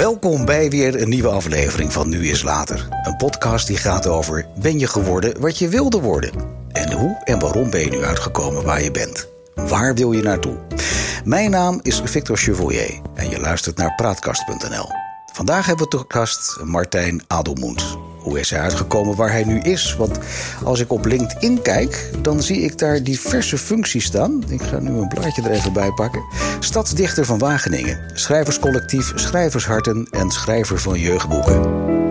Welkom bij weer een nieuwe aflevering van Nu is Later. Een podcast die gaat over: ben je geworden wat je wilde worden? En hoe en waarom ben je nu uitgekomen waar je bent? Waar wil je naartoe? Mijn naam is Victor Chevalier en je luistert naar Praatkast.nl. Vandaag hebben we te gast Martijn Adelmoens. Hoe is hij uitgekomen waar hij nu is? Want als ik op LinkedIn kijk, dan zie ik daar diverse functies staan. Ik ga nu een blaadje er even bij pakken. Stadsdichter van Wageningen, schrijverscollectief Schrijversharten en schrijver van jeugdboeken.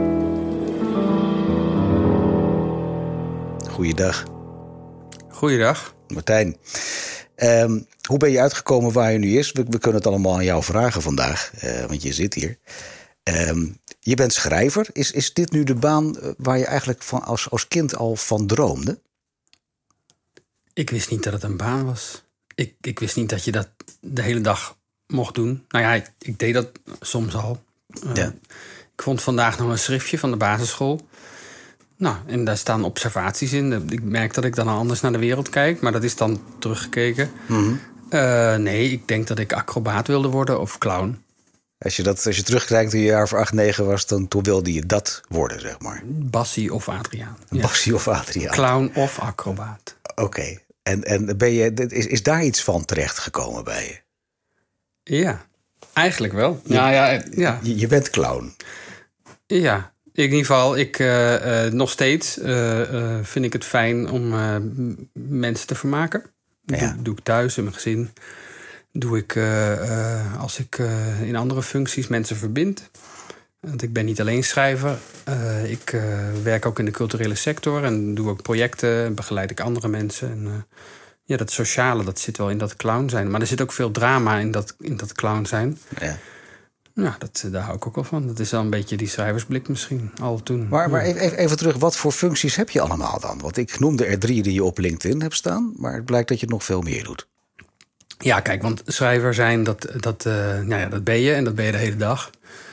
Goeiedag. Goeiedag. Martijn. Hoe ben je uitgekomen waar je nu is? We kunnen het allemaal aan jou vragen vandaag, want je zit hier. Je bent schrijver. Is dit nu de baan waar je eigenlijk van als kind al van droomde? Ik wist niet dat het een baan was. Ik wist niet dat je dat de hele dag mocht doen. Nou ja, ik deed dat soms al. Ja. Ik vond vandaag nog een schriftje van de basisschool. Nou, en daar staan observaties in. Ik merk dat ik dan anders naar de wereld kijk, maar dat is dan teruggekeken. Mm-hmm. Nee, ik denk dat ik acrobaat wilde worden of clown. Als je terugkijkt toen je jaar of 8, 9 was, toen wilde je dat worden, zeg maar. Bassie of Adriaan. Ja. Bassie of Adriaan. Clown of acrobaat. Oké. En is daar iets van terechtgekomen bij je? Ja, eigenlijk wel. Ja. Je bent clown. Ja, in ieder geval, nog steeds vind ik het fijn om mensen te vermaken. Ja. Doe ik thuis in mijn gezin. Doe ik als ik in andere functies mensen verbind. Want ik ben niet alleen schrijver. Ik werk ook in de culturele sector en doe ook projecten en begeleid ik andere mensen. En, dat sociale, dat zit wel in dat clown zijn. Maar er zit ook veel drama in dat clown zijn. Ja. Ja, daar hou ik ook wel van. Dat is wel een beetje die schrijversblik misschien, al toen. Maar even terug, wat voor functies heb je allemaal dan? Want ik noemde er 3 die je op LinkedIn hebt staan, maar het blijkt dat je nog veel meer doet. Ja, kijk, want schrijver zijn, dat ben je en dat ben je de hele dag.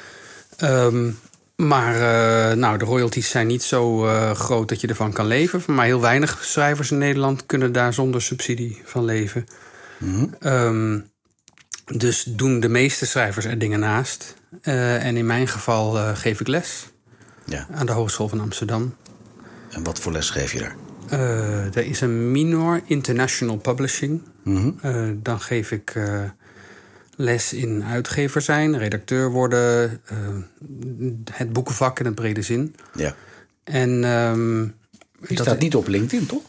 Maar de royalties zijn niet zo groot dat je ervan kan leven. Maar heel weinig schrijvers in Nederland kunnen daar zonder subsidie van leven. Mm-hmm. Dus doen de meeste schrijvers er dingen naast. En in mijn geval geef ik les aan de Hogeschool van Amsterdam. En wat voor les geef je daar? Er is een minor International Publishing. Mm-hmm. Dan geef ik les in uitgever zijn, redacteur worden, het boekenvak in het brede zin. Ja. En je staat niet op LinkedIn, toch?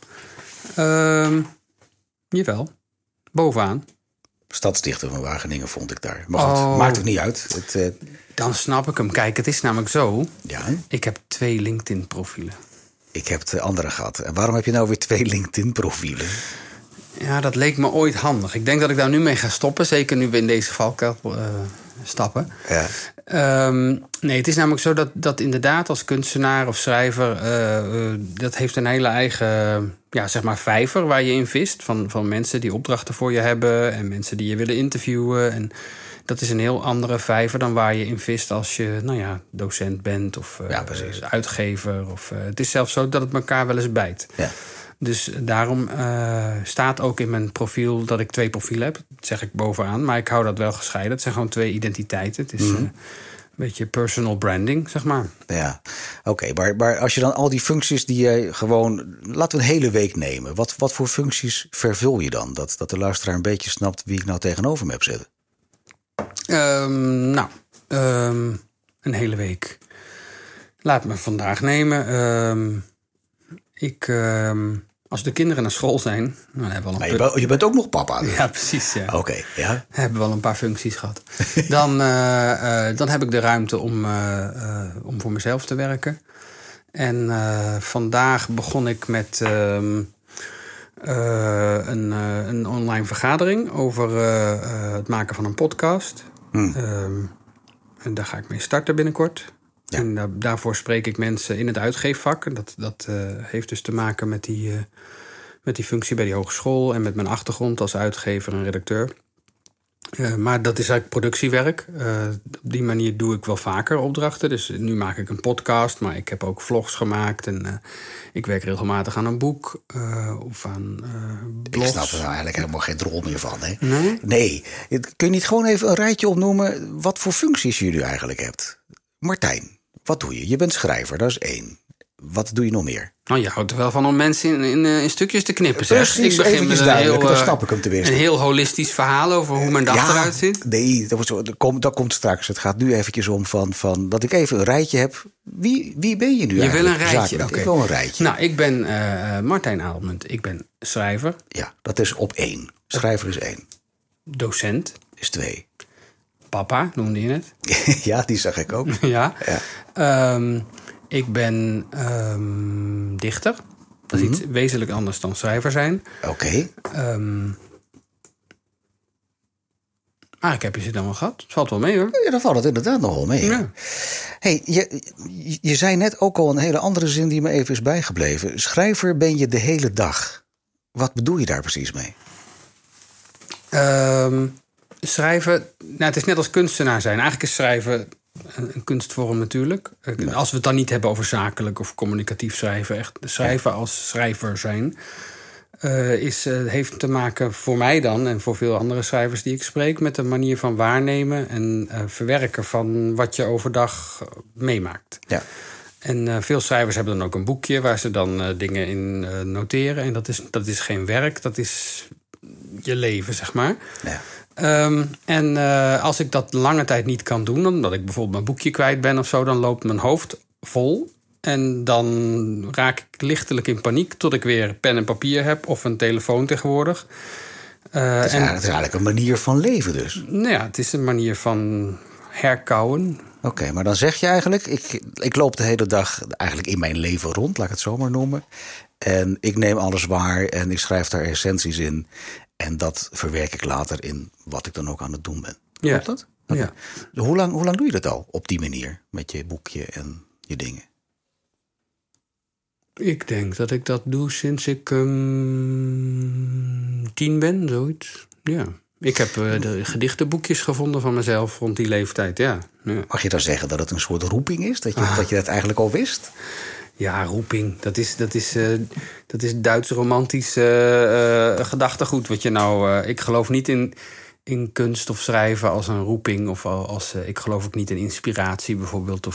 Jawel, bovenaan. Stadsdichter van Wageningen vond ik daar. Maar goed, maakt het niet uit. Dan snap ik hem. Kijk, het is namelijk zo. Ja. Ik heb 2 LinkedIn-profielen. Ik heb de andere gehad. En waarom heb je nou weer 2 LinkedIn-profielen? Ja, dat leek me ooit handig. Ik denk dat ik daar nu mee ga stoppen. Zeker nu we in deze valkuil stappen. Ja. Nee, het is namelijk zo dat inderdaad als kunstenaar of schrijver... dat heeft een hele eigen vijver waar je in vist. Van mensen die opdrachten voor je hebben en mensen die je willen interviewen. En dat is een heel andere vijver dan waar je in vist als je docent bent of uitgever. Het is zelfs zo dat het elkaar wel eens bijt. Ja. Dus daarom staat ook in mijn profiel dat ik 2 profielen heb. Dat zeg ik bovenaan, maar ik hou dat wel gescheiden. Het zijn gewoon 2 identiteiten. Het is een beetje personal branding, zeg maar. Ja, oké. Maar als je dan al die functies die je gewoon... Laten we een hele week nemen. Wat voor functies vervul je dan? Dat de luisteraar een beetje snapt wie ik nou tegenover me heb zitten. Een hele week. Laat me vandaag nemen. Als de kinderen naar school zijn... Dan hebben we al je bent ook nog papa. Dus. Ja, precies. Ja. Oké, ja. Hebben we al een paar functies gehad. Dan heb ik de ruimte om voor mezelf te werken. En vandaag begon ik met een online vergadering... over het maken van een podcast. En daar ga ik mee starten binnenkort... Ja. En daarvoor spreek ik mensen in het uitgeefvak. Dat heeft dus te maken met die functie bij die hogeschool... en met mijn achtergrond als uitgever en redacteur. Maar dat is eigenlijk productiewerk. Op die manier doe ik wel vaker opdrachten. Dus nu maak ik een podcast, maar ik heb ook vlogs gemaakt. En ik werk regelmatig aan een boek of aan blogs. Ik snap er nou eigenlijk helemaal geen drol meer van. Hè? Nee? Kun je niet gewoon even een rijtje opnoemen wat voor functies je nu eigenlijk hebt? Martijn, wat doe je? Je bent schrijver, dat is 1. Wat doe je nog meer? Nou, je houdt er wel van om mensen in stukjes te knippen, zeg. Precies, ik begin met dan snap ik hem tenminste. Een heel holistisch verhaal over hoe mijn dag eruit ziet. Nee, dat komt straks. Het gaat nu eventjes om van dat ik even een rijtje heb. Wie ben je nu eigenlijk? Je wil een rijtje? Okay. Ik wil een rijtje. Nou, ik ben Martijn Aaltmunt. Ik ben schrijver. Ja, dat is op 1. Schrijver is 1. Docent. Is 2. Papa, noemde je het? Ja, die zag ik ook. Ja. Ik ben dichter. Dat is iets wezenlijk anders dan schrijver zijn. Oké. Ik heb je ze dan wel gehad. Het valt wel mee, hoor. Ja, dan valt het inderdaad nog wel mee. Ja. Hey, je zei net ook al een hele andere zin die me even is bijgebleven. Schrijver ben je de hele dag. Wat bedoel je daar precies mee? Schrijven, het is net als kunstenaar zijn. Eigenlijk is schrijven een kunstvorm natuurlijk. Als we het dan niet hebben over zakelijk of communicatief schrijven. Echt schrijven als schrijver zijn. Heeft te maken voor mij dan en voor veel andere schrijvers die ik spreek met de manier van waarnemen en verwerken van wat je overdag meemaakt. Ja. En veel schrijvers hebben dan ook een boekje waar ze dan dingen in noteren. En dat is geen werk, dat is je leven, zeg maar. Ja. Als ik dat lange tijd niet kan doen, omdat ik bijvoorbeeld mijn boekje kwijt ben of zo, dan loopt mijn hoofd vol. En dan raak ik lichtelijk in paniek tot ik weer pen en papier heb of een telefoon tegenwoordig. Het is eigenlijk een manier van leven dus. Nou ja, het is een manier van herkauwen. Oké, maar dan zeg je eigenlijk, ik loop de hele dag eigenlijk in mijn leven rond, laat ik het zo maar noemen. En ik neem alles waar en ik schrijf daar essenties in. En dat verwerk ik later in wat ik dan ook aan het doen ben. Klopt dat? Okay. Ja. Hoe lang doe je dat al op die manier met je boekje en je dingen? Ik denk dat ik dat doe sinds ik 10 ben, zoiets. Ja. Ik heb de gedichtenboekjes gevonden van mezelf rond die leeftijd, ja. Mag je dan zeggen dat het een soort roeping is? Dat je dat eigenlijk al wist? Ja, roeping. Dat is Duits romantisch gedachtegoed. Wat je nou. Ik geloof niet in kunst of schrijven als een roeping. Of ik geloof ook niet in inspiratie bijvoorbeeld.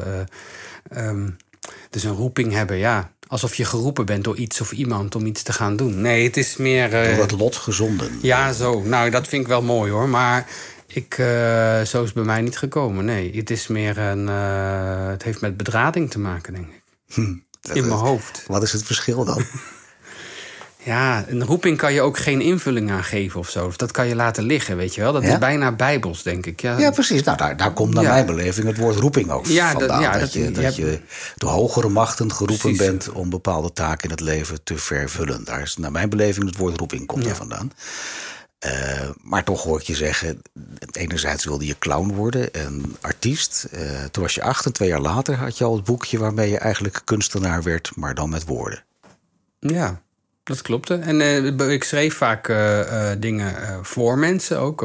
Dus een roeping hebben, ja. Alsof je geroepen bent door iets of iemand om iets te gaan doen. Nee, het is meer... door het lot gezonden. Ja, zo. Nou, dat vind ik wel mooi, hoor. Maar zo is het bij mij niet gekomen. Nee, het is meer het heeft met bedrading te maken, denk ik. In mijn hoofd. Wat is het verschil dan? Ja, een roeping kan je ook geen invulling aan geven of zo. Of dat kan je laten liggen, weet je wel. Dat is bijna bijbels, denk ik. Ja, precies. Nou, daar komt naar mijn beleving het woord roeping ook vandaan. Dat je door hogere machten geroepen bent om bepaalde taken in het leven te vervullen. Daar is naar mijn beleving het woord roeping komt daar vandaan. Maar toch hoor ik je zeggen, enerzijds wilde je clown worden en artiest. Toen was je 8 en 2 jaar later had je al het boekje waarmee je eigenlijk kunstenaar werd, maar dan met woorden. Ja, dat klopte. En ik schreef vaak dingen voor mensen ook.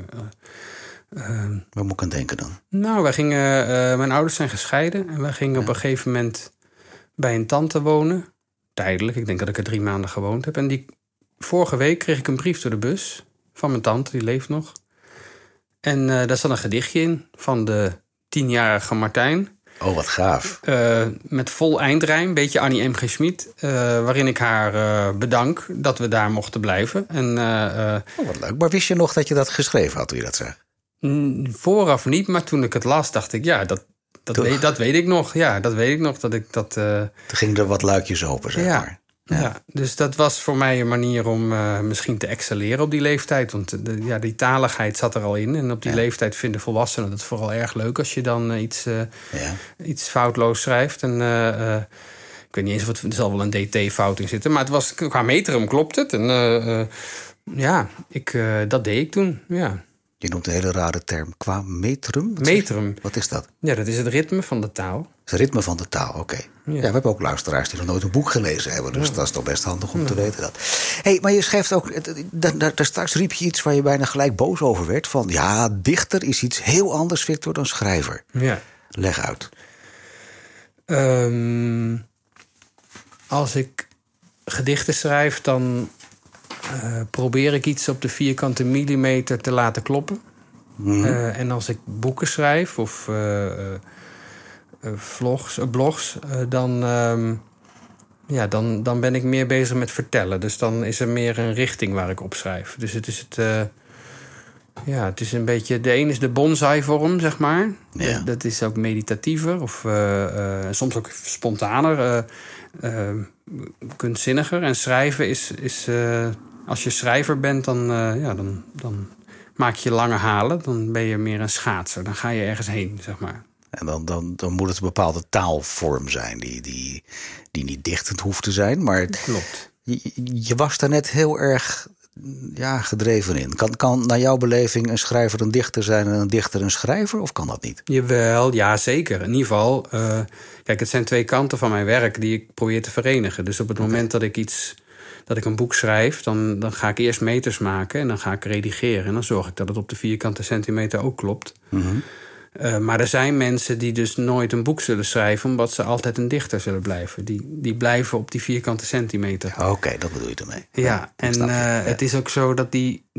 Waar moet ik aan denken dan? Nou, mijn ouders zijn gescheiden en wij gingen op een gegeven moment bij een tante wonen. Tijdelijk, ik denk dat ik er 3 maanden gewoond heb. En vorige week kreeg ik een brief door de bus van mijn tante, die leeft nog. En daar zat een gedichtje in van de 10-jarige Martijn. Oh, wat gaaf. Met vol eindrijm, een beetje Annie M. G. Schmid. Waarin ik haar bedank dat we daar mochten blijven. Wat leuk. Maar wist je nog dat je dat geschreven had toen je dat zei? Vooraf niet, maar toen ik het las dacht ik, ja, dat weet ik nog. Ja, dat weet ik nog. Dat ik dat. Toen gingen er wat luikjes open, zeg maar. Ja, dus dat was voor mij een manier om misschien te excelleren op die leeftijd. Want die taligheid zat er al in. En op die leeftijd vinden volwassenen dat vooral erg leuk als je dan iets foutloos schrijft. En ik weet niet eens of er zal wel een DT-fout in zitten. Maar het was, qua metrum klopt het. En dat deed ik toen, ja. Je noemt een hele rare term. Qua metrum? Metrum. Wat is dat? Ja, dat is het ritme van de taal. Het ritme van de taal, oké. Ja, we hebben ook luisteraars die nog nooit een boek gelezen hebben. Dus dat is toch best handig om te weten dat. Maar je schrijft ook... Daar straks riep je iets waar je bijna gelijk boos over werd. Van ja, dichter is iets heel anders, Victor, dan schrijver. Ja. Leg uit. Als ik gedichten schrijf, dan probeer ik iets op de vierkante millimeter te laten kloppen. En als ik boeken schrijf of blogs, dan ben ik meer bezig met vertellen. Dus dan is er meer een richting waar ik op schrijf. Dus het is het is een beetje... De een is de bonsai-vorm, zeg maar. Ja. Dat is ook meditatiever of soms ook spontaner, kunstzinniger. En schrijven is als je schrijver bent, dan maak je lange halen. Dan ben je meer een schaatser. Dan ga je ergens heen, zeg maar. En dan moet het een bepaalde taalvorm zijn die niet dichtend hoeft te zijn. Maar klopt. Je was daar net heel erg gedreven in. Kan naar jouw beleving een schrijver een dichter zijn en een dichter een schrijver? Of kan dat niet? Jawel, ja zeker. In ieder geval, kijk, het zijn twee kanten van mijn werk die ik probeer te verenigen. Dus op het moment dat ik een boek schrijf, dan ga ik eerst meters maken en dan ga ik redigeren. En dan zorg ik dat het op de vierkante centimeter ook klopt. Mm-hmm. Maar er zijn mensen die dus nooit een boek zullen schrijven, omdat ze altijd een dichter zullen blijven. Die blijven op die vierkante centimeter. Oké, dat bedoel je ermee. Ja, en het is ook zo dat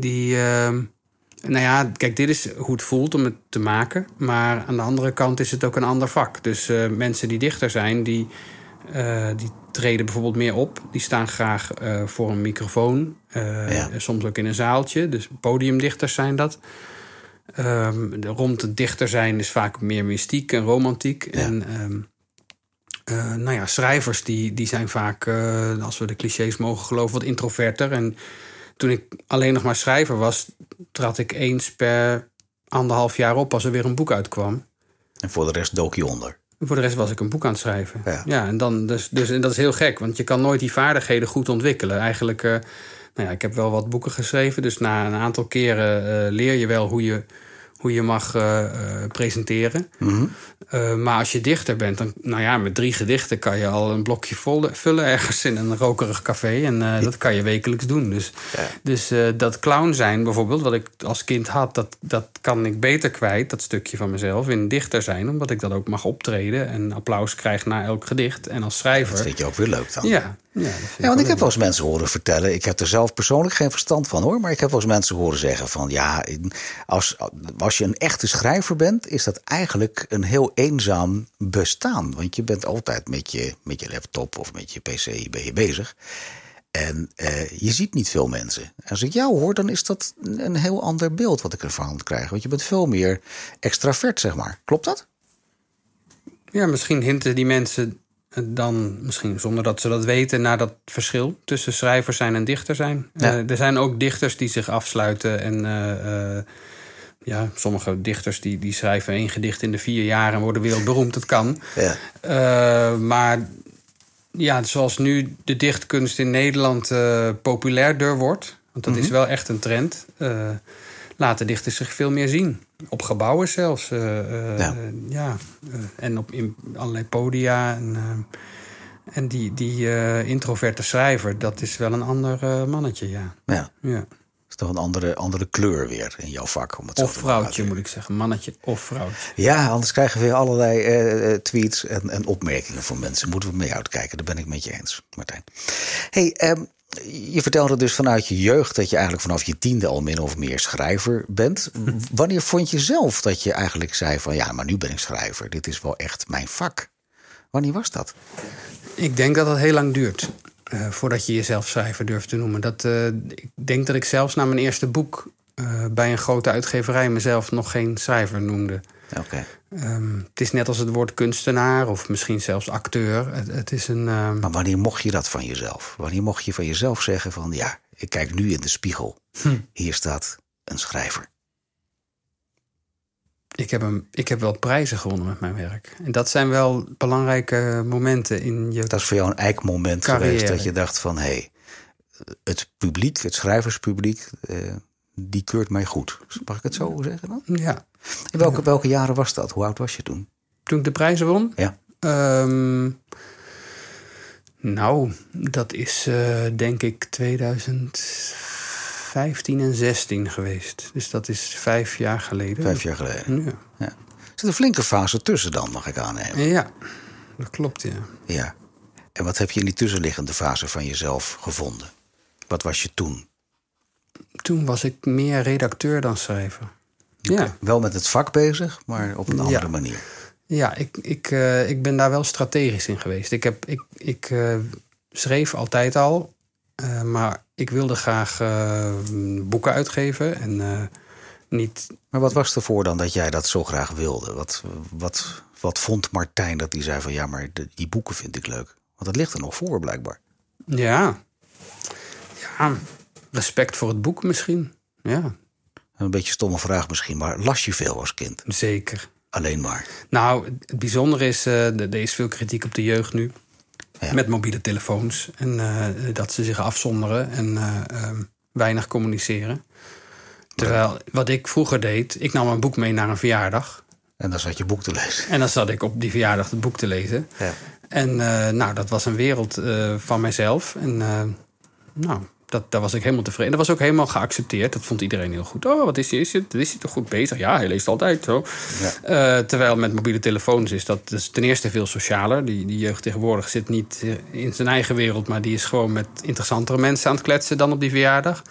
kijk, dit is hoe het voelt om het te maken. Maar aan de andere kant is het ook een ander vak. Dus mensen die dichter zijn, die treden bijvoorbeeld meer op. Die staan graag voor een microfoon. Soms ook in een zaaltje. Dus podiumdichters zijn dat. Rond het dichter zijn is vaak meer mystiek en romantiek. Ja. En schrijvers die zijn vaak, als we de clichés mogen geloven, wat introverter. En toen ik alleen nog maar schrijver was, trad ik eens per 1,5 jaar op als er weer een boek uitkwam. En voor de rest dook je onder? Voor de rest was ik een boek aan het schrijven. Ja, en dan en dat is heel gek, want je kan nooit die vaardigheden goed ontwikkelen. Eigenlijk, ik heb wel wat boeken geschreven, dus na een aantal keren leer je wel hoe je mag presenteren. Mm-hmm. Maar als je dichter bent, dan, met 3 gedichten kan je al een blokje vullen ergens in een rokerig café. En dat kan je wekelijks doen. Dus dat clown zijn bijvoorbeeld, wat ik als kind had, dat kan ik beter kwijt, dat stukje van mezelf, in dichter zijn. Omdat ik dat ook mag optreden en applaus krijg na elk gedicht. En als schrijver... Dat vind je ook weer leuk dan. Ja, want ik heb wel eens mensen horen vertellen, ik heb er zelf persoonlijk geen verstand van hoor, maar ik heb wel eens mensen horen zeggen van als je een echte schrijver bent, is dat eigenlijk een heel eenzaam bestaan. Want je bent altijd met je laptop of met je pc ben je bezig. En je ziet niet veel mensen. Als ik jou hoor, dan is dat een heel ander beeld wat ik ervan krijg. Want je bent veel meer extravert, zeg maar. Klopt dat? Ja, misschien hinten die mensen dan, misschien zonder dat ze dat weten, naar dat verschil tussen schrijver zijn en dichter zijn. Ja. Er zijn ook dichters die zich afsluiten en sommige dichters die schrijven 1 gedicht in de 4 jaar en worden wereldberoemd. Dat kan. Ja. Maar zoals nu de dichtkunst in Nederland populairder wordt, want dat is wel echt een trend, laten dichters zich veel meer zien. Op gebouwen zelfs. En in allerlei podia. En die introverte schrijver, dat is wel een ander mannetje, ja. Is toch een andere kleur weer in jouw vak? Om het of vrouwtje, moet ik zeggen. Mannetje of vrouwtje. Ja, anders krijgen we weer allerlei tweets en opmerkingen van mensen. Moeten we mee uitkijken, daar ben ik met je eens, Martijn. Je vertelde dus vanuit je jeugd dat je eigenlijk vanaf je 10e al min of meer schrijver bent. Wanneer vond je zelf dat je eigenlijk zei van maar nu ben ik schrijver. Dit is wel echt mijn vak. Wanneer was dat? Ik denk dat dat heel lang duurt. Voordat je jezelf schrijver durft te noemen. Ik denk dat ik zelfs na mijn eerste boek bij een grote uitgeverij mezelf nog geen schrijver noemde. Okay. Het is net als het woord kunstenaar of misschien zelfs acteur. Het is een. Maar wanneer mocht je dat van jezelf? Wanneer mocht je van jezelf zeggen van ik kijk nu in de spiegel. Hier staat een schrijver. Ik heb wel prijzen gewonnen met mijn werk. En dat zijn wel belangrijke momenten in je. Dat is voor jou een eikmoment geweest dat je dacht van het publiek, het schrijverspubliek, die keurt mij goed. Mag ik het zo zeggen dan? Ja. In welke jaren was dat? Hoe oud was je toen? Toen ik de prijzen won? Ja. Nou, dat is denk ik 2015 en 16 geweest. Dus dat is 5 jaar geleden. 5 jaar geleden. Ja. Ja. Er zit een flinke fase tussen dan, mag ik aannemen. Ja, dat klopt, ja. Ja. En wat heb je in die tussenliggende fase van jezelf gevonden? Wat was je toen? Toen was ik meer redacteur dan schrijver. Okay. Ja. Wel met het vak bezig, maar op een andere manier. Ja, ik ben daar wel strategisch in geweest. Ik schreef altijd al, maar ik wilde graag boeken uitgeven en niet... Maar wat was ervoor dan dat jij dat zo graag wilde? Wat vond Martijn dat hij zei van ja, maar die boeken vind ik leuk? Want dat ligt er nog voor blijkbaar. Ja, respect voor het boek misschien, ja. Een beetje stomme vraag misschien, maar las je veel als kind? Zeker. Alleen maar? Nou, het bijzondere is, er is veel kritiek op de jeugd nu. Ja. Met mobiele telefoons. En dat ze zich afzonderen en weinig communiceren. Terwijl, wat ik vroeger deed, ik nam een boek mee naar een verjaardag. En dan zat je boek te lezen. En dan zat ik op die verjaardag het boek te lezen. Ja. En dat was een wereld van mijzelf. En daar was ik helemaal tevreden. Dat was ook helemaal geaccepteerd. Dat vond iedereen heel goed. Oh, wat is hij? Is hij toch goed bezig? Ja, hij leest altijd zo. Ja. Terwijl met mobiele telefoons is dat dus ten eerste veel socialer. Die jeugd tegenwoordig zit niet in zijn eigen wereld, maar die is gewoon met interessantere mensen aan het kletsen dan op die verjaardag.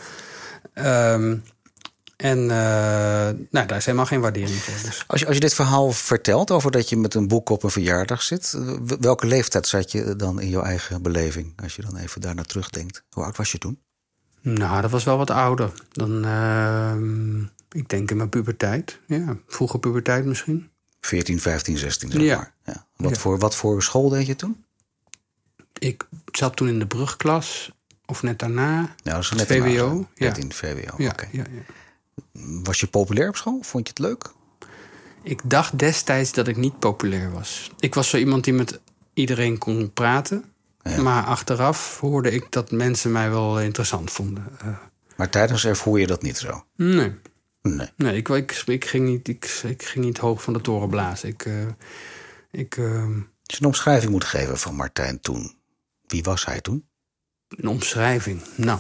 Daar is helemaal geen waardering voor. Dus. Als je dit verhaal vertelt over dat je met een boek op een verjaardag zit, welke leeftijd zat je dan in jouw eigen beleving? Als je dan even daarna terugdenkt. Hoe oud was je toen? Nou, dat was wel wat ouder. Dan, ik denk in mijn puberteit. Ja, vroege puberteit misschien. 14, 15, 16 zeg maar. Ja. Wat voor school deed je toen? Ik zat toen in de brugklas. Of net daarna. Nou, dat is net VWO. Net in de VWO, ja, oké. Ja. Was je populair op school? Vond je het leuk? Ik dacht destijds dat ik niet populair was. Ik was zo iemand die met iedereen kon praten. Ja. Maar achteraf hoorde ik dat mensen mij wel interessant vonden. Maar tijdens ervoer je dat niet zo? Nee, ik ging niet hoog van de toren blazen. Als je een omschrijving moet geven van Martijn toen. Wie was hij toen? Een omschrijving? Nou...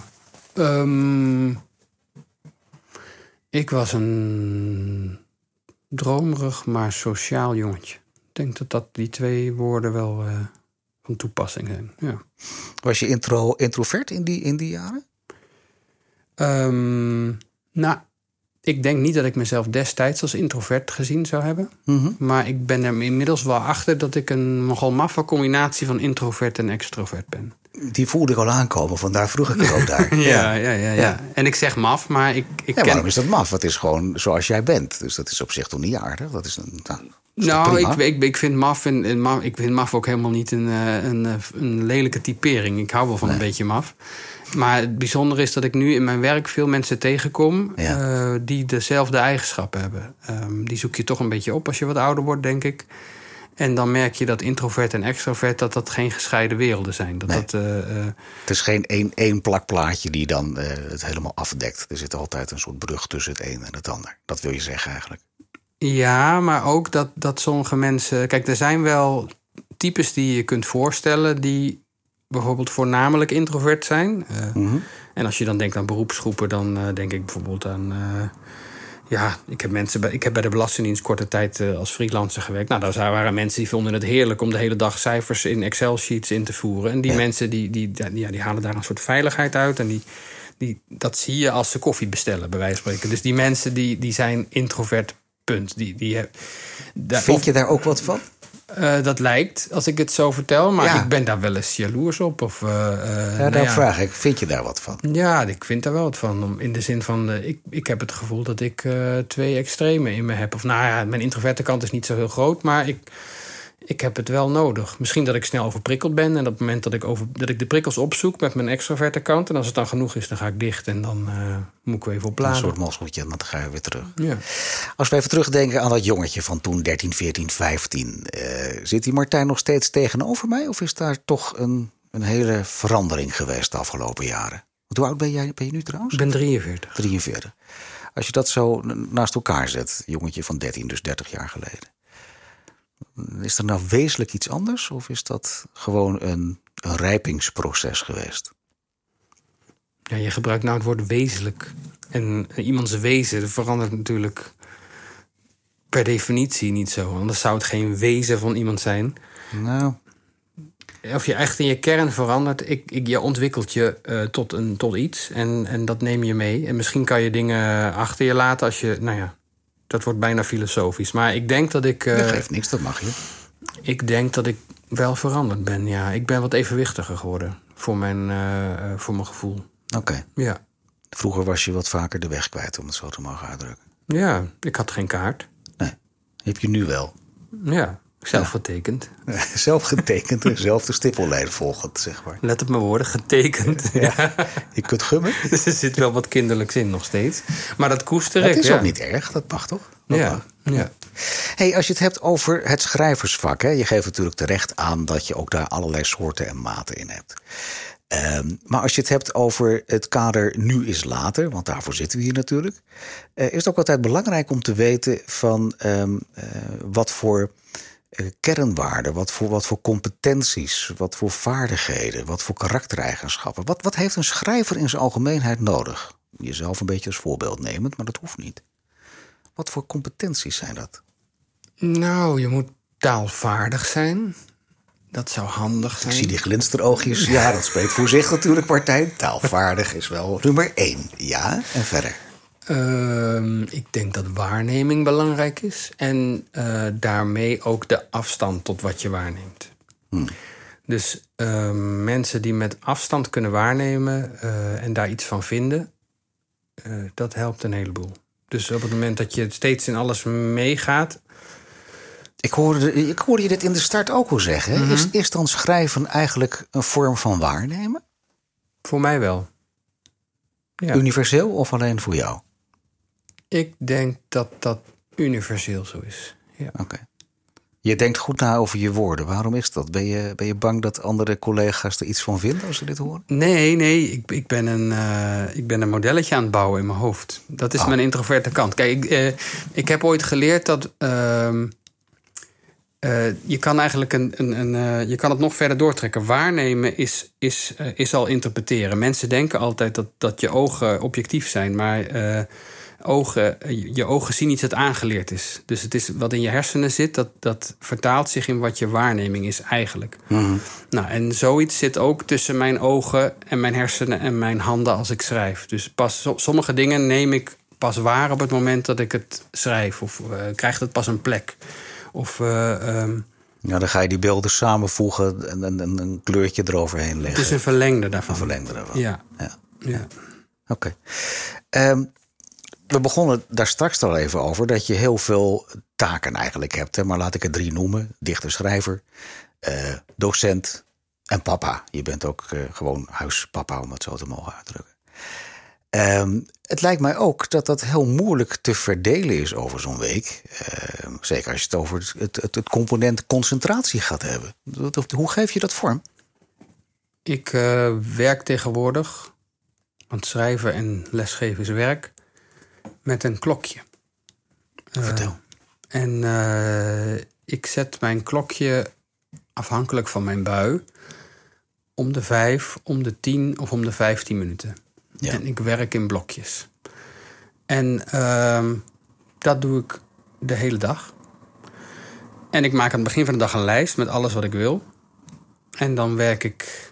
ik was een dromerig, maar sociaal jongetje. Ik denk dat die 2 woorden wel van toepassing zijn. Ja. Was je introvert in die jaren? Ik denk niet dat ik mezelf destijds als introvert gezien zou hebben. Mm-hmm. Maar ik ben er inmiddels wel achter dat ik een nogal maffe combinatie van introvert en extrovert ben. Die voelde ik al aankomen, vandaar vroeg ik er ook daar. Ja. En ik zeg maf, maar ik ken... Waarom is dat maf? Het is gewoon zoals jij bent. Dus dat is op zich toch niet aardig? Dat is ik vind maf ook helemaal niet een lelijke typering. Ik hou wel van een beetje maf. Maar het bijzondere is dat ik nu in mijn werk veel mensen tegenkom... die dezelfde eigenschappen hebben. Die zoek je toch een beetje op als je wat ouder wordt, denk ik. En dan merk je dat introvert en extrovert... dat geen gescheiden werelden zijn. Het is geen één plakplaatje die dan het helemaal afdekt. Er zit altijd een soort brug tussen het een en het ander. Dat wil je zeggen eigenlijk. Ja, maar ook dat sommige mensen... Kijk, er zijn wel types die je kunt voorstellen... die bijvoorbeeld voornamelijk introvert zijn. En als je dan denkt aan beroepsgroepen... dan denk ik bijvoorbeeld aan... ik heb bij de Belastingdienst korte tijd als freelancer gewerkt. Nou, daar waren mensen die vonden het heerlijk... om de hele dag cijfers in Excel-sheets in te voeren. En die mensen die halen daar een soort veiligheid uit... en dat zie je als ze koffie bestellen, bij wijze van spreken. Dus die mensen die zijn introvert, punt. Vind je daar ook wat van? Dat lijkt, als ik het zo vertel. Maar ik ben daar wel eens jaloers op. Vraag ik, vind je daar wat van? Ja, ik vind daar wel wat van. In de zin van, ik heb het gevoel dat ik 2 extremen in me heb. Of mijn introverte kant is niet zo heel groot. Maar ik heb het wel nodig. Misschien dat ik snel overprikkeld ben. En op het moment dat ik de prikkels opzoek met mijn extroverte kant... en als het dan genoeg is, dan ga ik dicht. En dan moet ik weer even opladen. Een soort mosseltje, en dan ga je weer terug. Ja. Als we even terugdenken aan dat jongetje van toen, 13, 14, 15... zit die Martijn nog steeds tegenover mij? Of is daar toch een hele verandering geweest de afgelopen jaren? Want hoe oud ben je nu trouwens? Ik ben 43. 43. Als je dat zo naast elkaar zet, jongetje van 13, dus 30 jaar geleden... Is er nou wezenlijk iets anders? Of is dat gewoon een rijpingsproces geweest? Ja, je gebruikt nou het woord wezenlijk. En iemands wezen verandert natuurlijk per definitie niet zo. Anders zou het geen wezen van iemand zijn. Nou, of je echt in je kern verandert. Je ontwikkelt je tot iets en dat neem je mee. En misschien kan je dingen achter je laten als je... Nou ja, dat wordt bijna filosofisch. Maar ik denk dat ik... dat geeft niks, dat mag je. Ik denk dat ik wel veranderd ben, ja. Ik ben wat evenwichtiger geworden voor mijn gevoel. Oké. Ja. Vroeger was je wat vaker de weg kwijt, om het zo te mogen uitdrukken. Ja, ik had geen kaart. Nee, heb je nu wel. Ja, zelf getekend. Zelf getekend en zelf de stippellijn volgend, zeg maar. Let op mijn woorden, getekend. Ja. Je kunt gummen. Dus er zit wel wat kinderlijks in nog steeds. Maar dat koester ik. Dat is ook niet erg, dat mag toch? Dat mag. Ja. Hey, als je het hebt over het schrijversvak, hè, je geeft natuurlijk terecht aan dat je ook daar allerlei soorten en maten in hebt. Maar als je het hebt over het kader Nu is Later, want daarvoor zitten we hier natuurlijk, is het ook altijd belangrijk om te weten van wat voor kernwaarden, wat voor competenties, wat voor vaardigheden, wat voor karaktereigenschappen. Wat heeft een schrijver in zijn algemeenheid nodig? Jezelf een beetje als voorbeeld nemend, maar dat hoeft niet. Wat voor competenties zijn dat? Nou, je moet taalvaardig zijn. Dat zou handig zijn. Ik zie die glinsteroogjes. Ja, dat spreekt voor zich natuurlijk, Martijn. Taalvaardig is wel nummer 1. Ja, en verder? Ik denk dat waarneming belangrijk is. En daarmee ook de afstand tot wat je waarneemt. Dus mensen die met afstand kunnen waarnemen en daar iets van vinden, dat helpt een heleboel. Dus op het moment dat je steeds in alles meegaat. Ik hoorde je dit in de start ook al zeggen. Mm-hmm. Is dan schrijven eigenlijk een vorm van waarnemen? Voor mij wel. Ja. Universeel of alleen voor jou? Ik denk dat dat universeel zo is. Ja. Oké. Je denkt goed na over je woorden. Waarom is dat? Ben je bang dat andere collega's er iets van vinden als ze dit horen? Nee. Ik ben een modelletje aan het bouwen in mijn hoofd. Dat is mijn introverte kant. Kijk, ik heb ooit geleerd dat je kan eigenlijk je kan het nog verder doortrekken. Waarnemen is al interpreteren. Mensen denken altijd dat je ogen objectief zijn, maar je ogen zien iets dat aangeleerd is. Dus het is wat in je hersenen zit, dat vertaalt zich in wat je waarneming is eigenlijk. Mm-hmm. Nou, en zoiets zit ook tussen mijn ogen en mijn hersenen en mijn handen als ik schrijf. Dus sommige dingen neem ik pas waar op het moment dat ik het schrijf. Of krijgt het pas een plek. Of ja, dan ga je die beelden samenvoegen en een kleurtje eroverheen leggen. Het is een verlengde daarvan. Een verlengde daarvan. Ja. Oké. We begonnen daar straks al even over dat je heel veel taken eigenlijk hebt. Hè? Maar laat ik er 3 noemen. Dichter, schrijver, docent en papa. Je bent ook gewoon huispapa, om het zo te mogen uitdrukken. Het lijkt mij ook dat dat heel moeilijk te verdelen is over zo'n week. Zeker als je het over het component concentratie gaat hebben. Hoe geef je dat vorm? Ik werk tegenwoordig, want schrijven en lesgeven is werk, met een klokje. Vertel. En ik zet mijn klokje afhankelijk van mijn bui om de 5, om de 10 of om de 15 minuten. Ja. En ik werk in blokjes. En dat doe ik de hele dag. En ik maak aan het begin van de dag een lijst met alles wat ik wil. En dan werk ik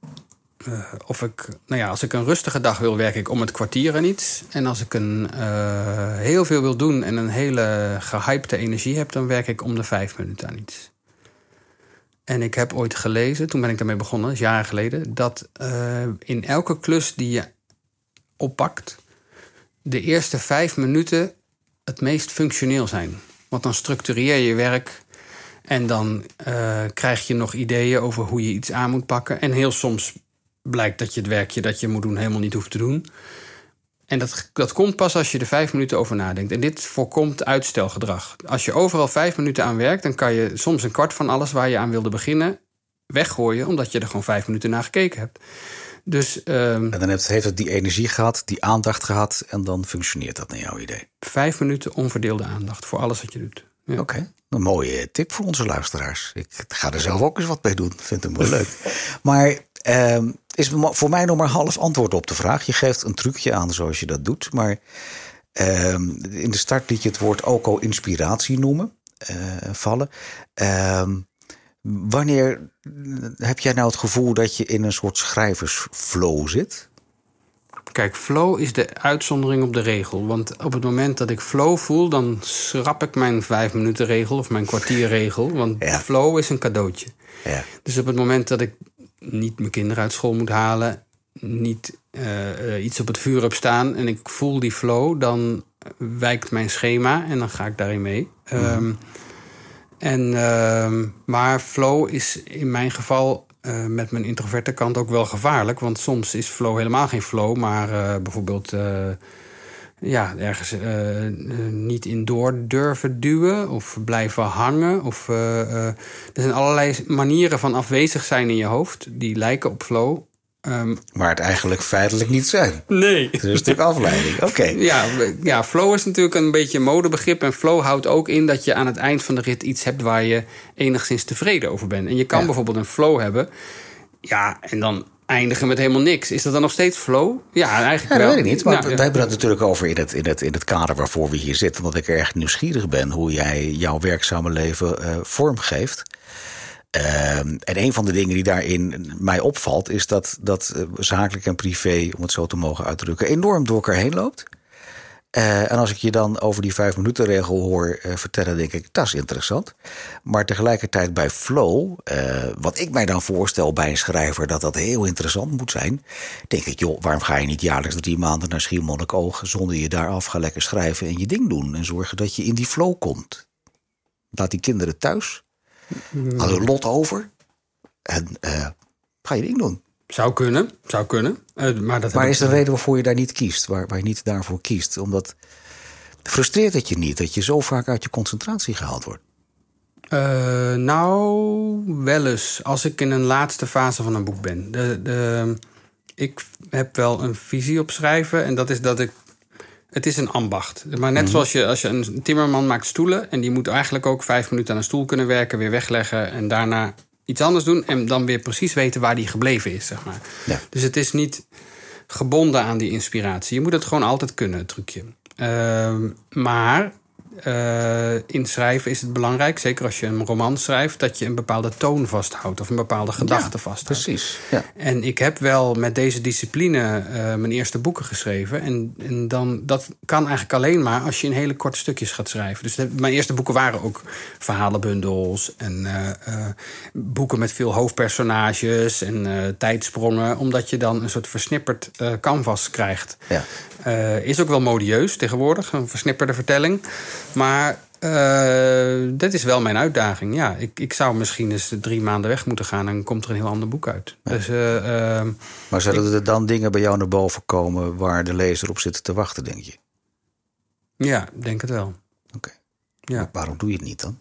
als ik een rustige dag wil, werk ik om het kwartier aan iets. En als ik heel veel wil doen en een hele gehypte energie heb, dan werk ik om de 5 minuten aan iets. En ik heb ooit gelezen, toen ben ik daarmee begonnen, dat is jaren geleden, dat in elke klus die je oppakt, de eerste 5 minuten het meest functioneel zijn. Want dan structureer je werk en dan krijg je nog ideeën over hoe je iets aan moet pakken. En heel soms blijkt dat je het werkje dat je moet doen helemaal niet hoeft te doen. En dat komt pas als je er 5 minuten over nadenkt. En dit voorkomt uitstelgedrag. Als je overal 5 minuten aan werkt, dan kan je soms een kwart van alles waar je aan wilde beginnen weggooien, omdat je er gewoon 5 minuten naar gekeken hebt. Dus, en dan heeft het die energie gehad, die aandacht gehad, en dan functioneert dat naar jouw idee. 5 minuten onverdeelde aandacht voor alles wat je doet. Ja. Oké. Een mooie tip voor onze luisteraars. Ik ga er zelf ook eens wat mee doen. Vind hem wel leuk. Maar is voor mij nog maar half antwoord op de vraag. Je geeft een trucje aan zoals je dat doet. Maar in de start liet je het woord ook al inspiratie noemen. Vallen. Wanneer heb jij nou het gevoel dat je in een soort schrijversflow zit? Kijk, flow is de uitzondering op de regel. Want op het moment dat ik flow voel, dan schrap ik mijn 5 minuten regel of mijn kwartierregel. Want flow is een cadeautje. Ja. Dus op het moment dat ik niet mijn kinderen uit school moet halen, niet iets op het vuur heb staan en ik voel die flow, dan wijkt mijn schema en dan ga ik daarin mee. Maar flow is in mijn geval met mijn introverte kant ook wel gevaarlijk. Want soms is flow helemaal geen flow, maar bijvoorbeeld ergens niet in door durven duwen of blijven hangen. Er zijn allerlei manieren van afwezig zijn in je hoofd die lijken op flow. Maar het eigenlijk feitelijk niet zijn. Nee. Het is een stuk afleiding. Oké. Ja, flow is natuurlijk een beetje een modebegrip. En flow houdt ook in dat je aan het eind van de rit iets hebt waar je enigszins tevreden over bent. En je kan bijvoorbeeld een flow hebben. Ja, en dan eindigen met helemaal niks. Is dat dan nog steeds flow? Ja, eigenlijk wel. Dat weet ik niet. Maar wij hebben dat natuurlijk over in het kader waarvoor we hier zitten. Want ik erg nieuwsgierig ben hoe jij jouw werkzame leven vormgeeft. En een van de dingen die daarin mij opvalt, is dat zakelijk en privé, om het zo te mogen uitdrukken, enorm door elkaar heen loopt. En als ik je dan over die 5 minuten regel hoor vertellen, denk ik, dat is interessant. Maar tegelijkertijd bij flow, wat ik mij dan voorstel bij een schrijver dat heel interessant moet zijn, denk ik, joh, waarom ga je niet jaarlijks 3 maanden naar Schiermonnikoog, zonder je daar af, ga lekker schrijven en je ding doen en zorgen dat je in die flow komt. Laat die kinderen thuis. Haal je lot over en ga je ding doen. Zou kunnen. Maar is de reden waarvoor je daar niet kiest, waar je niet daarvoor kiest? Omdat frustreert het je niet dat je zo vaak uit je concentratie gehaald wordt? Nou, wel eens. Als ik in een laatste fase van een boek ben. Ik heb wel een visie op schrijven en dat is dat ik. Het is een ambacht. Maar net zoals als je een timmerman maakt stoelen en die moet eigenlijk ook 5 minuten aan een stoel kunnen werken, weer wegleggen en daarna iets anders doen en dan weer precies weten waar die gebleven is, zeg maar. Ja. Dus het is niet gebonden aan die inspiratie. Je moet het gewoon altijd kunnen, het trucje. Maar in schrijven is het belangrijk, zeker als je een roman schrijft, dat je een bepaalde toon vasthoudt of een bepaalde gedachte vasthoudt. Precies. Ja. En ik heb wel met deze discipline mijn eerste boeken geschreven. En dan, dat kan eigenlijk alleen maar als je in hele korte stukjes gaat schrijven. Dus mijn eerste boeken waren ook verhalenbundels en boeken met veel hoofdpersonages en tijdsprongen, omdat je dan een soort versnipperd canvas krijgt. Ja. Is ook wel modieus tegenwoordig, een versnipperde vertelling. Maar dat is wel mijn uitdaging. Ja, ik zou misschien eens 3 maanden weg moeten gaan en komt er een heel ander boek uit. Ja. Dus, maar zullen er dan dingen bij jou naar boven komen waar de lezer op zit te wachten, denk je? Ja, denk het wel. Oké. Ja. Maar waarom doe je het niet dan?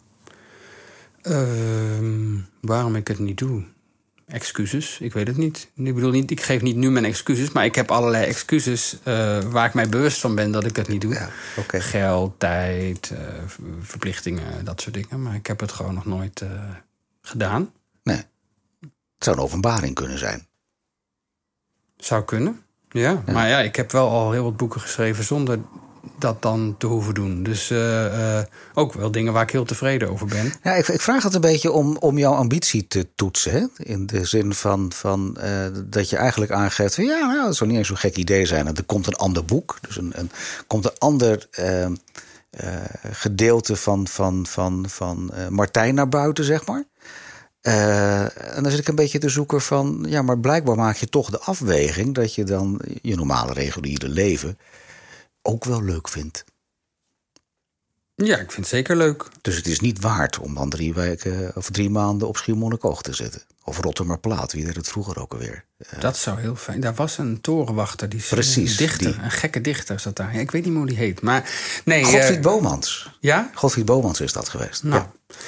Waarom ik het niet doe? Excuses, ik weet het niet. Ik bedoel, ik geef niet nu mijn excuses, maar ik heb allerlei excuses waar ik mij bewust van ben dat ik het niet doe. Ja, okay. Geld, tijd, verplichtingen, dat soort dingen. Maar ik heb het gewoon nog nooit gedaan. Nee. Het zou een openbaring kunnen zijn. Zou kunnen, ja. Maar ja, ik heb wel al heel wat boeken geschreven zonder dat dan te hoeven doen. Dus ook wel dingen waar ik heel tevreden over ben. Ja, ik vraag het een beetje om jouw ambitie te toetsen. Hè? In de zin van dat je eigenlijk aangeeft van ja, dat zou niet eens zo'n gek idee zijn. En er komt een ander boek. Dus komt een ander gedeelte van Martijn naar buiten, zeg maar. En dan zit ik een beetje te zoeken van ja, maar blijkbaar maak je toch de afweging dat je dan je normale reguliere leven ook wel leuk vindt. Ja, ik vind het zeker leuk. Dus het is niet waard om dan 3 weken of 3 maanden op Schiermonnikoog te zitten. Of Rottumerplaat, wie deed het vroeger ook alweer? Dat zou heel fijn. Daar was een torenwachter, die precies, dichter, een gekke dichter zat daar. Ja, ik weet niet meer hoe die heet. Maar nee, Godfried Bomans. Ja? Godfried Bomans is dat geweest. Nou,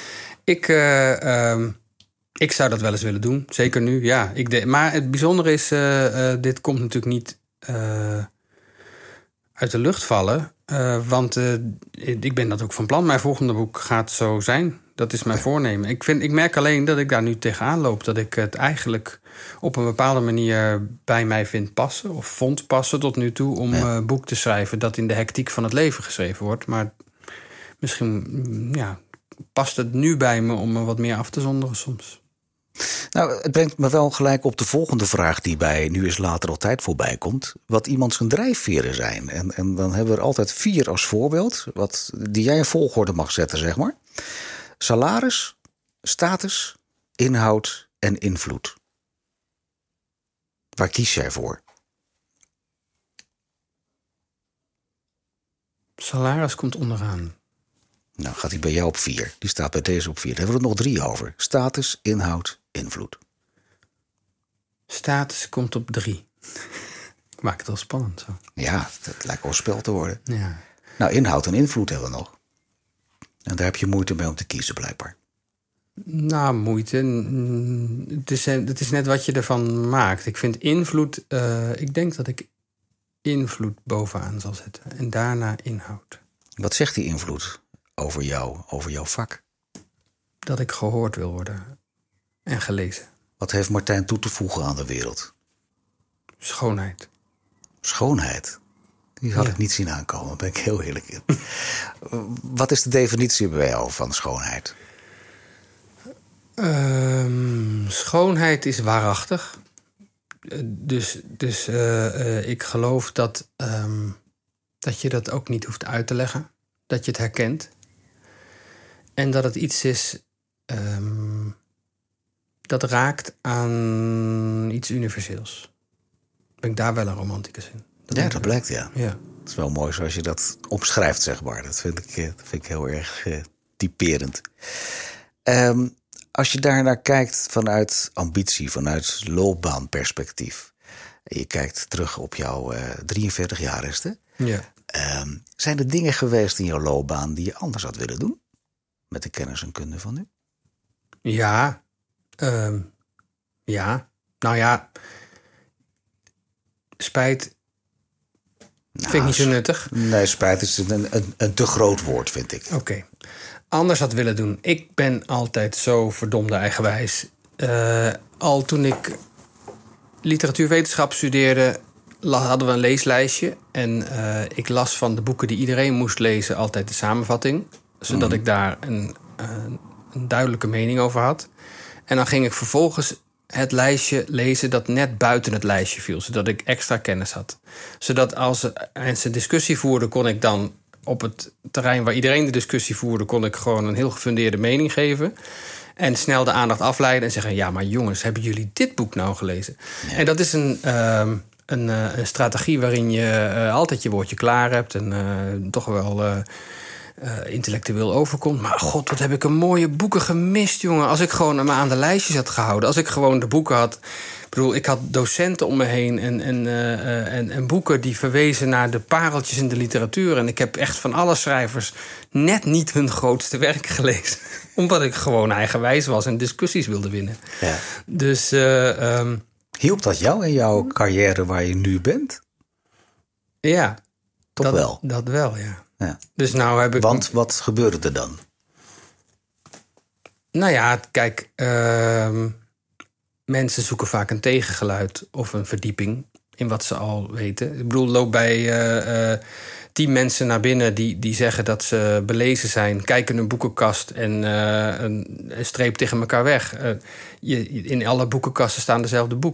ja. Ik zou dat wel eens willen doen. Zeker nu, ja. Maar het bijzondere is, dit komt natuurlijk niet uit de lucht vallen. Want ik ben dat ook van plan. Mijn volgende boek gaat zo zijn. Dat is mijn voornemen. Ik merk alleen dat ik daar nu tegenaan loop. Dat ik het eigenlijk op een bepaalde manier bij mij vind passen. Of vond passen tot nu toe om een boek te schrijven dat in de hectiek van het leven geschreven wordt. Maar misschien past het nu bij me om me wat meer af te zonderen soms. Nou, het brengt me wel gelijk op de volgende vraag die bij Nu is Later altijd voorbij komt. Wat iemand zijn drijfveren zijn. En dan hebben we er altijd 4 als voorbeeld. Die jij in volgorde mag zetten, zeg maar. Salaris, status, inhoud en invloed. Waar kies jij voor? Salaris komt onderaan. Nou, gaat hij bij jou op 4. Die staat bij deze op 4. Dan hebben we er nog 3 over. Status, inhoud, invloed. Status komt op 3. Ik maak het wel spannend zo. Ja, dat lijkt wel een spel te worden. Ja. Nou, inhoud en invloed hebben we nog. En daar heb je moeite mee om te kiezen, blijkbaar. Nou, moeite. Het is net wat je ervan maakt. Ik vind invloed... ik denk dat ik invloed bovenaan zal zetten. En daarna inhoud. Wat zegt die invloed over jou, over jouw vak? Dat ik gehoord wil worden. En gelezen. Wat heeft Martijn toe te voegen aan de wereld? Schoonheid. Schoonheid? Die had ik niet zien aankomen, daar ben ik heel eerlijk in. Wat is de definitie bij jou van schoonheid? Schoonheid is waarachtig. Dus ik geloof dat je dat ook niet hoeft uit te leggen. Dat je het herkent. En dat het iets is dat raakt aan iets universeels. Ben ik daar wel een romanticus in? Dat blijkt, ja. Ja. Het is wel mooi zoals je dat omschrijft, zeg maar. Dat vind ik heel erg typerend. Als je daar naar kijkt vanuit ambitie, vanuit loopbaanperspectief. En je kijkt terug op jouw 43 jaar is het, hè? Ja. Zijn er dingen geweest in jouw loopbaan die je anders had willen doen? Met de kennis en kunde van nu? Ja. Ja. Nou ja. Spijt vind ik niet zo nuttig. Nee, spijt is een te groot woord, vind ik. Oké. Anders had willen doen. Ik ben altijd zo verdomde eigenwijs. Al toen ik literatuurwetenschap studeerde, hadden we een leeslijstje. En ik las van de boeken die iedereen moest lezen altijd de samenvatting. Zodat ik daar een duidelijke mening over had. En dan ging ik vervolgens het lijstje lezen dat net buiten het lijstje viel. Zodat ik extra kennis had. Zodat als mensen discussie voerden, kon ik dan op het terrein waar iedereen de discussie voerde, kon ik gewoon een heel gefundeerde mening geven. En snel de aandacht afleiden en zeggen, ja, maar jongens, hebben jullie dit boek nou gelezen? Ja. En dat is een strategie waarin je altijd je woordje klaar hebt en toch wel intellectueel overkomt. Maar god, wat heb ik een mooie boeken gemist, jongen. Als ik gewoon me aan de lijstjes had gehouden. Als ik gewoon de boeken had. Ik bedoel, ik had docenten om me heen en boeken die verwezen naar de pareltjes in de literatuur. En ik heb echt van alle schrijvers net niet hun grootste werk gelezen. Omdat ik gewoon eigenwijs was en discussies wilde winnen. Ja. Dus hielp dat jou in jouw carrière waar je nu bent? Ja. Toch wel? Dat wel, ja. Ja. Dus nou heb ik... Want wat gebeurde er dan? Nou ja, kijk, mensen zoeken vaak een tegengeluid of een verdieping in wat ze al weten. Ik bedoel, loop bij 10 mensen naar binnen die zeggen dat ze belezen zijn, kijken hun boekenkast en een streep tegen elkaar weg. In alle boekenkasten staan dezelfde boeken.